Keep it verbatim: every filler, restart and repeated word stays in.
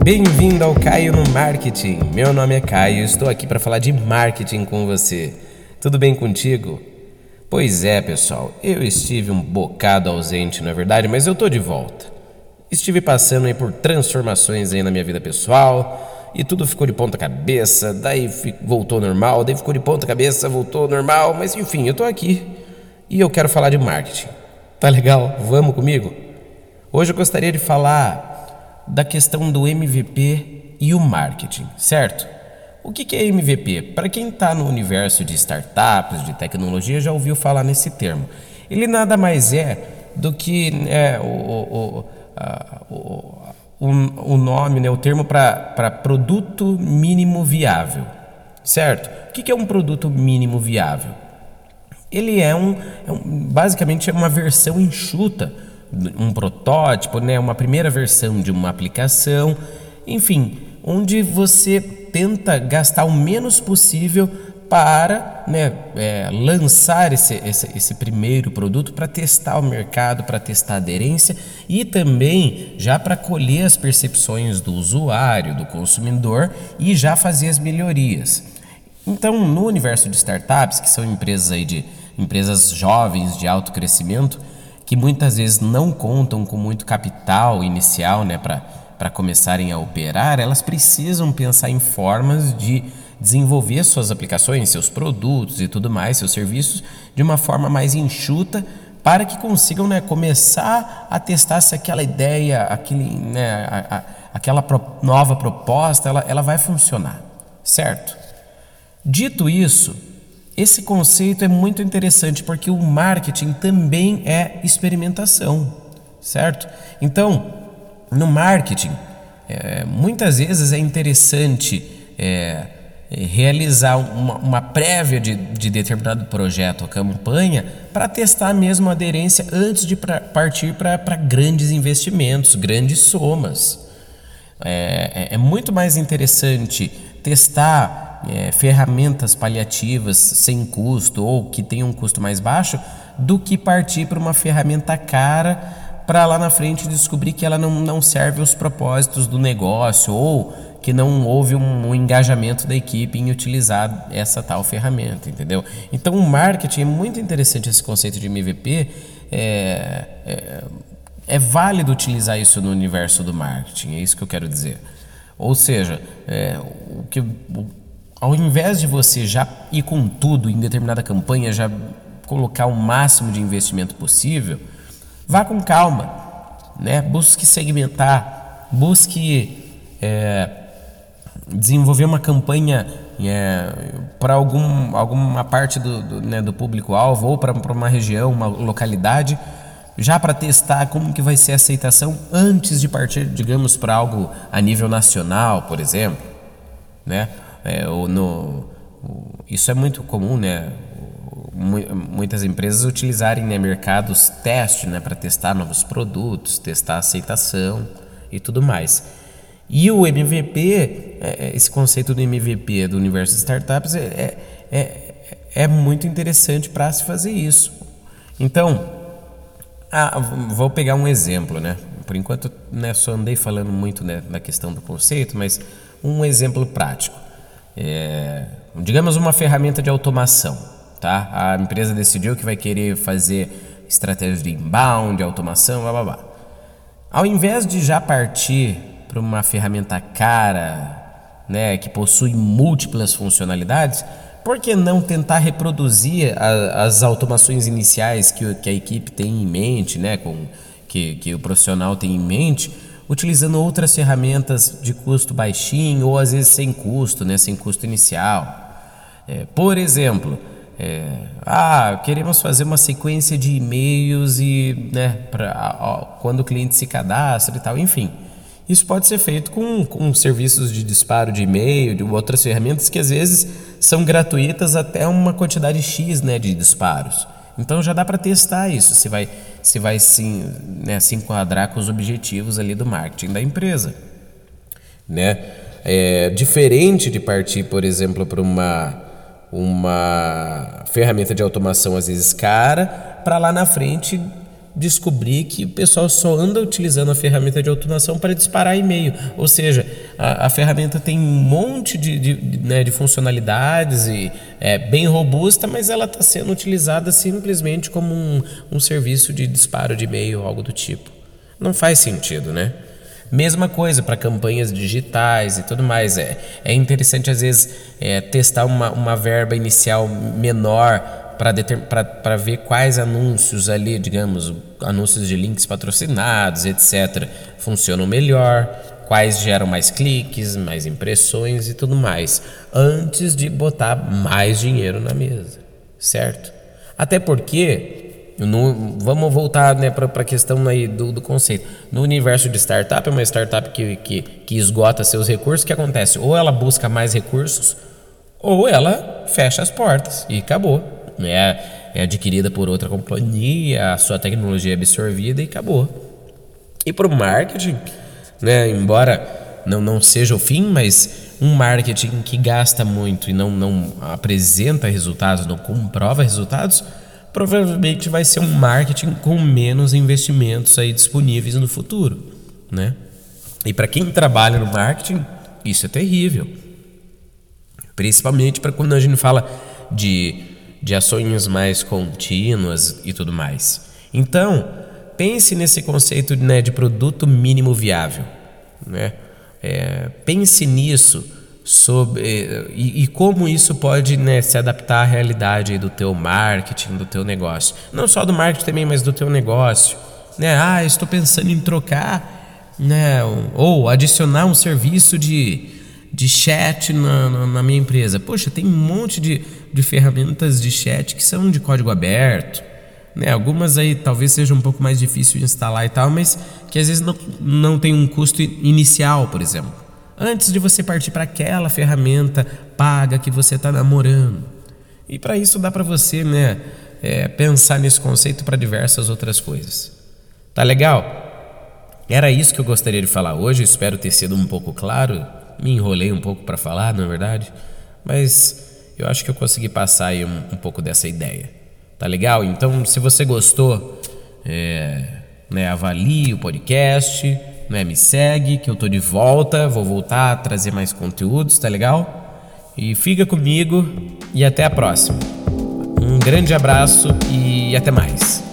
Bem-vindo ao Caio no Marketing. Meu nome é Caio e estou aqui para falar de marketing com você. Tudo bem contigo? Pois é, pessoal, eu estive um bocado ausente, não é verdade? Mas eu tô de volta. Estive passando aí por transformações aí na minha vida pessoal e tudo ficou de ponta cabeça, daí voltou normal, daí ficou de ponta cabeça, voltou normal, mas enfim, eu tô aqui e eu quero falar de marketing. Tá legal? Vamos comigo? Hoje eu gostaria de falar da questão do M V P e o marketing, certo? O que é M V P? Para quem está no universo de startups, de tecnologia, já ouviu falar nesse termo. Ele nada mais é do que é, o, o, a, o, o, o nome, né, o termo para produto mínimo viável, certo? O que é um produto mínimo viável? Ele é um, é um basicamente é uma versão enxuta, um protótipo, né, uma primeira versão de uma aplicação, enfim, onde você tenta gastar o menos possível para, né, é, lançar esse, esse, esse primeiro produto para testar o mercado, para testar a aderência e também já para colher as percepções do usuário, do consumidor e já fazer as melhorias. Então, no universo de startups, que são empresas aí de empresas jovens de alto crescimento, que muitas vezes não contam com muito capital inicial, né, para começarem a operar, elas precisam pensar em formas de desenvolver suas aplicações, seus produtos e tudo mais, seus serviços, de uma forma mais enxuta, para que consigam, né, começar a testar se aquela ideia, aquele, né, a, a, aquela pro, nova proposta, ela, ela vai funcionar, certo? Dito isso, esse conceito é muito interessante porque o marketing também é experimentação, certo? Então, no marketing, é, muitas vezes é interessante é, realizar uma, uma prévia de, de determinado projeto ou campanha para testar mesmo a aderência antes de pra, partir para grandes investimentos, grandes somas. É, é muito mais interessante testar É, ferramentas paliativas sem custo ou que tenham um custo mais baixo do que partir para uma ferramenta cara para lá na frente descobrir que ela não, não serve aos propósitos do negócio ou que não houve um, um engajamento da equipe em utilizar essa tal ferramenta, entendeu? Então o marketing é muito interessante, esse conceito de M V P, é, é, é válido utilizar isso no universo do marketing, é isso que eu quero dizer. Ou seja, é, o que... O, ao invés de você já ir com tudo em determinada campanha, já colocar o máximo de investimento possível, vá com calma, né? Busque segmentar, busque é, desenvolver uma campanha é, para algum, alguma parte do, do, né, do público-alvo ou para uma região, uma localidade, já para testar como que vai ser a aceitação antes de partir, digamos, para algo a nível nacional, por exemplo, né? É, ou no, isso é muito comum, né? Muitas empresas utilizarem, né, mercados teste, né, para testar novos produtos, testar a aceitação e tudo mais. E o M V P, esse conceito do M V P do universo de startups é, é, é muito interessante para se fazer isso. Então, ah, vou pegar um exemplo, né? Por enquanto, né, só andei falando muito, né, da questão do conceito, mas um exemplo prático. É, digamos uma ferramenta de automação, tá? A empresa decidiu que vai querer fazer estratégias de inbound, de automação, blá blá blá. Ao invés de já partir para uma ferramenta cara, né, que possui múltiplas funcionalidades, por que não tentar reproduzir a, as automações iniciais que, que a equipe tem em mente, né, com, que, que o profissional tem em mente, utilizando outras ferramentas de custo baixinho ou às vezes sem custo, né, sem custo inicial. É, por exemplo, é, ah, queremos fazer uma sequência de e-mails e, né, pra, ó, quando o cliente se cadastra e tal, enfim. Isso pode ser feito com, com serviços de disparo de e-mail, de outras ferramentas que às vezes são gratuitas até uma quantidade X, né, de disparos. Então já dá para testar isso, se vai, se vai sim, né, se enquadrar com os objetivos ali do marketing da empresa, né? É diferente de partir, por exemplo, para uma, uma ferramenta de automação às vezes cara, para lá na frente descobri que o pessoal só anda utilizando a ferramenta de automação para disparar e-mail. Ou seja, a, a ferramenta tem um monte de, de, de, né, de funcionalidades e é bem robusta, mas ela está sendo utilizada simplesmente como um, um serviço de disparo de e-mail, algo do tipo. Não faz sentido, né? Mesma coisa para campanhas digitais e tudo mais. É, é interessante, às vezes, é, testar uma, uma verba inicial menor para ver quais anúncios ali, digamos, anúncios de links patrocinados, etcétera, funcionam melhor, quais geram mais cliques, mais impressões e tudo mais, antes de botar mais dinheiro na mesa, certo? Até porque, no, vamos voltar, né, para a questão aí do, do conceito. No universo de startup, é uma startup que, que, que esgota seus recursos, o que acontece? Ou ela busca mais recursos, ou ela fecha as portas e acabou. É, é adquirida por outra companhia, a sua tecnologia é absorvida e acabou. E para o marketing, né, embora não, não seja o fim, mas um marketing que gasta muito e não, não apresenta resultados, não comprova resultados, provavelmente vai ser um marketing com menos investimentos aí disponíveis no futuro, né? E para quem trabalha no marketing, isso é terrível. Principalmente para quando a gente fala de de ações mais contínuas e tudo mais. Então, pense nesse conceito, né, de produto mínimo viável, né? É, pense nisso sobre, e, e como isso pode, né, se adaptar à realidade do teu marketing, do teu negócio. Não só do marketing também, mas do teu negócio, né? Ah, estou pensando em trocar, né, ou adicionar um serviço de de chat na, na, na minha empresa. Poxa, tem um monte de, de ferramentas de chat que são de código aberto, né? Algumas aí talvez seja um pouco mais difícil de instalar e tal, mas que às vezes não, não tem um custo inicial, por exemplo. Antes de você partir para aquela ferramenta paga que você está namorando. E para isso dá para você, né, é, pensar nesse conceito para diversas outras coisas. Tá legal? Era isso que eu gostaria de falar hoje. Espero ter sido um pouco claro. Me enrolei um pouco para falar, na verdade, mas eu acho que eu consegui passar aí um, um pouco dessa ideia. Tá legal? Então, se você gostou, é, né, avalie o podcast, né, me segue que eu tô de volta, vou voltar a trazer mais conteúdos, tá legal? E fica comigo e até a próxima. Um grande abraço e até mais.